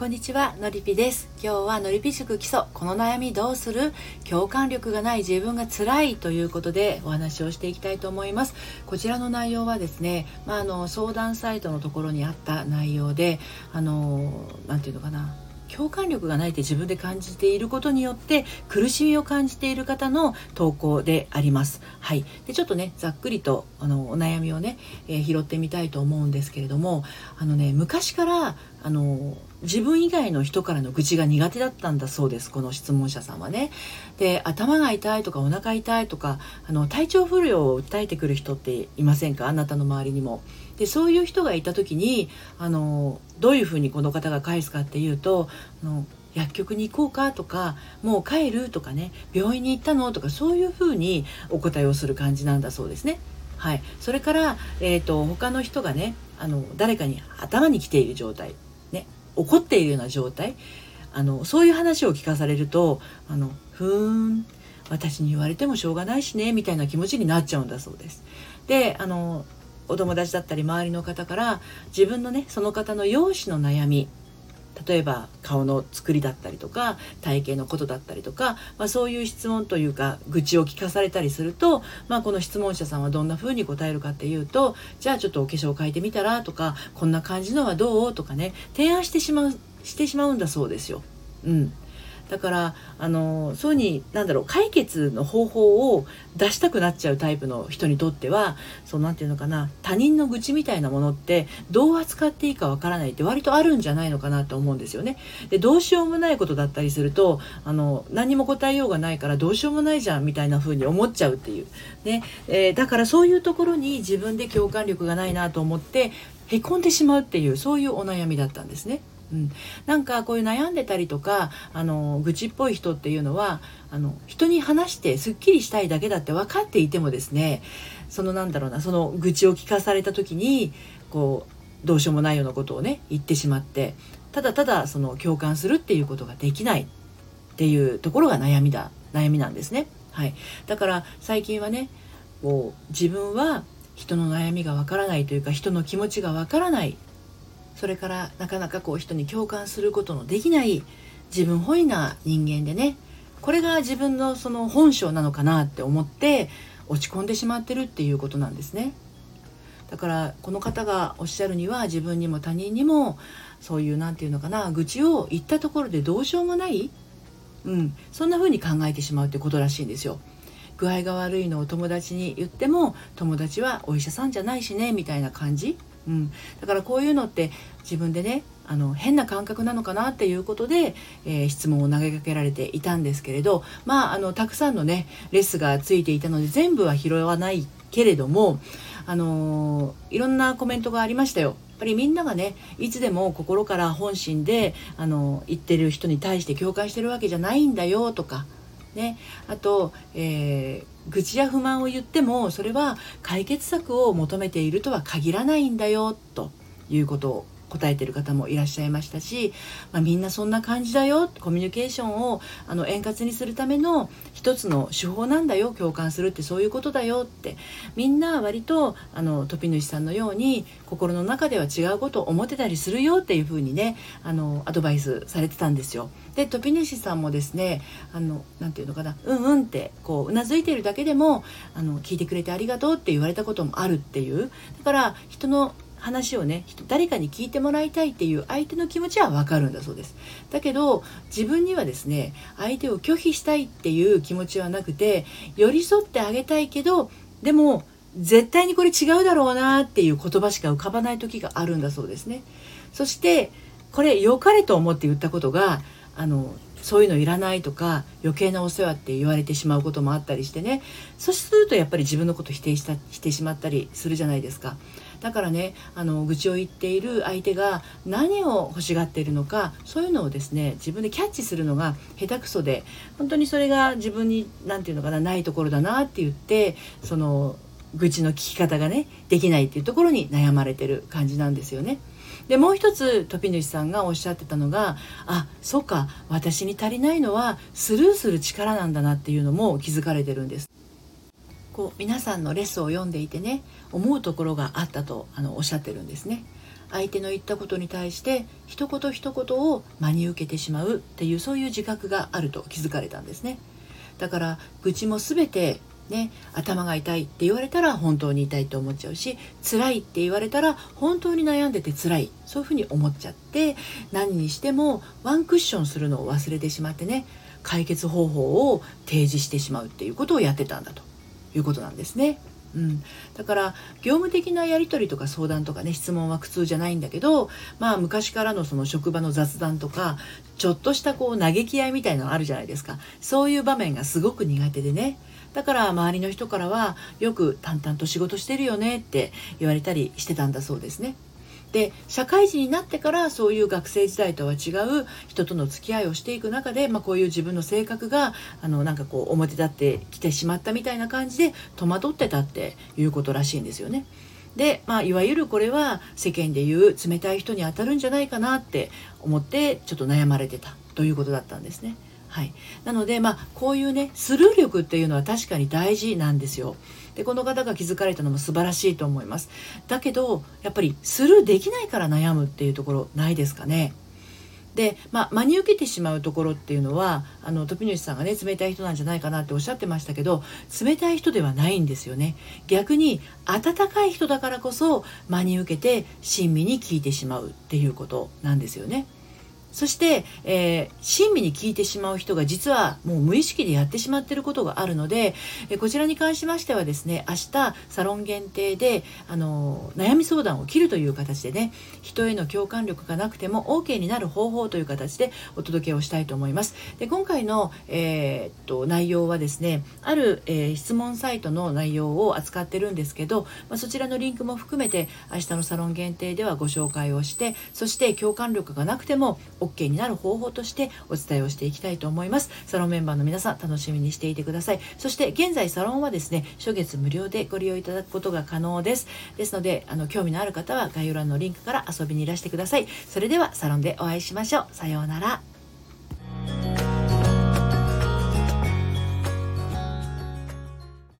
こんにちは、のりぴです。今日はのりぴ塾基礎、この悩みどうする？共感力がない自分が辛いということでお話をしていきたいと思います。こちらの内容はですね、相談サイトのところにあった内容で、なんていうのかな、共感力がないって自分で感じていることによって苦しみを感じている方の投稿であります。はい。でちょっとね、ざっくりとお悩みをね、拾ってみたいと思うんですけれども、昔から自分以外の人からの愚痴が苦手だったんだそうです。この質問者さんはね。で、頭が痛いとかお腹痛いとか体調不良を訴えてくる人っていませんか？あなたの周りにも。でそういう人がいた時にどういうふうにこの方が返すかっていうと、薬局に行こうかとか、もう帰るとかね、病院に行ったのとか、そういうふうにお答えをする感じなんだそうですね。はい。それから、他の人がね、誰かに頭に来ている状態、ね、怒っているような状態、そういう話を聞かされると、ふーん、私に言われてもしょうがないしねみたいな気持ちになっちゃうんだそうです。で、お友達だったり周りの方から自分のね、その方の容姿の悩み、例えば顔の作りだったりとか体型のことだったりとか、そういう質問というか愚痴を聞かされたりすると、この質問者さんはどんな風に答えるかっていうと、じゃあちょっとお化粧変えてみたらとか、こんな感じのはどうとかね、提案してしまうんだそうですよ。だからそういうふうに解決の方法を出したくなっちゃうタイプの人にとっては、なんていうのかな、他人の愚痴みたいなものってどう扱っていいかわからないって割とあるんじゃないのかなと思うんですよね。で、どうしようもないことだったりすると何も答えようがないからどうしようもないじゃんみたいな風に思っちゃうっていうね、だからそういうところに自分で共感力がないなと思ってへこんでしまうっていう、そういうお悩みだったんですね。なんかこういう悩んでたりとか愚痴っぽい人っていうのは人に話してすっきりしたいだけだって分かっていてもですね、その愚痴を聞かされた時にどうしようもないようなことをね言ってしまって、ただただ共感するっていうことができないっていうところが悩みなんですね。はい。だから最近はね、自分は人の悩みが分からないというか、人の気持ちが分からない、それからなかなか人に共感することのできない自分本位な人間でね、これが自分のその本性なのかなって思って落ち込んでしまってるっていうことなんですね。だからこの方がおっしゃるには、自分にも他人にもそういう愚痴を言ったところでどうしようもない、そんな風に考えてしまうってことらしいんですよ。具合が悪いのを友達に言っても、友達はお医者さんじゃないしねみたいな感じ。だからこういうのって自分でね、変な感覚なのかなっていうことで、質問を投げかけられていたんですけれど、たくさんのねレスがついていたので全部は拾わないけれども、いろんなコメントがありましたよ。やっぱりみんながね、いつでも心から本心で言ってる人に対して共感してるわけじゃないんだよとかね、あと、愚痴や不満を言ってもそれは解決策を求めているとは限らないんだよということを答えている方もいらっしゃいましたし、みんなそんな感じだよ、コミュニケーションを円滑にするための一つの手法なんだよ、共感するってそういうことだよって、みんな割とトピ主さんのように心の中では違うことを思ってたりするよっていうふうにねアドバイスされてたんですよ。でトピ主さんもですね、なんていうのかな、うんうんってうなずいているだけでも聞いてくれてありがとうって言われたこともあるっていう。だから人の話をね、誰かに聞いてもらいたいっていう相手の気持ちは分かるんだそうです。だけど自分にはですね、相手を拒否したいっていう気持ちはなくて、寄り添ってあげたいけど、でも絶対にこれ違うだろうなっていう言葉しか浮かばない時があるんだそうですね。そしてこれ良かれと思って言ったことがそういうのいらないとか余計なお世話って言われてしまうこともあったりしてね、そうするとやっぱり自分のこと否定してしまったりするじゃないですか。だからね、愚痴を言っている相手が何を欲しがっているのか、そういうのをですね自分でキャッチするのが下手くそで、本当にそれが自分にないところだなって言って、その愚痴の聞き方がねできないっていうところに悩まれてる感じなんですよね。でもう一つトピ主さんがおっしゃってたのが、そうか、私に足りないのはスルーする力なんだなっていうのも気づかれてるんです。 こう皆さんのレッスンを読んでいてね、思うところがあったとおっしゃってるんですね。相手の言ったことに対して一言一言を真に受けてしまうっていう、そういう自覚があると気づかれたんですね。だから愚痴も全てね、頭が痛いって言われたら本当に痛いと思っちゃうし、辛いって言われたら本当に悩んでて辛い、そういうふうに思っちゃって、何にしてもワンクッションするのを忘れてしまってね、解決方法を提示してしまうっていうことをやってたんだということなんですね。だから業務的なやり取りとか相談とかね、質問は苦痛じゃないんだけど、昔からのその職場の雑談とか、ちょっとしたこう嘆き合いみたいなのあるじゃないですか。そういう場面がすごく苦手でね、だから周りの人からはよく淡々と仕事してるよねって言われたりしてたんだそうですね。で、社会人になってからそういう学生時代とは違う人との付き合いをしていく中で、こういう自分の性格がなんかこう表立ってきてしまったみたいな感じで戸惑ってたっていうことらしいんですよね。で、いわゆるこれは世間でいう冷たい人に当たるんじゃないかなって思ってちょっと悩まれてたということだったんですね。はい、なのでこういうね、スルー力っていうのは確かに大事なんですよ。で、この方が気づかれたのも素晴らしいと思います。だけどやっぱりスルーできないから悩むっていうところないですかね。で、真に受けてしまうところっていうのは時主さんがね、冷たい人なんじゃないかなっておっしゃってましたけど、冷たい人ではないんですよね。逆に温かい人だからこそ真に受けて親身に聞いてしまうっていうことなんですよね。そして、親身に聞いてしまう人が実はもう無意識でやってしまっていることがあるので、こちらに関しましてはですね、明日サロン限定で悩み相談を切るという形でね、人への共感力がなくても OK になる方法という形でお届けをしたいと思います。で、今回の、内容はですね、ある、質問サイトの内容を扱ってるんですけど、そちらのリンクも含めて明日のサロン限定ではご紹介をして、そして共感力がなくてもOK になる方法としてお伝えをしていきたいと思います。サロンメンバーの皆さん、楽しみにしていてください。そして現在サロンはですね、初月無料でご利用いただくことが可能です。ですので興味のある方は概要欄のリンクから遊びにいらしてください。それではサロンでお会いしましょう。さようなら。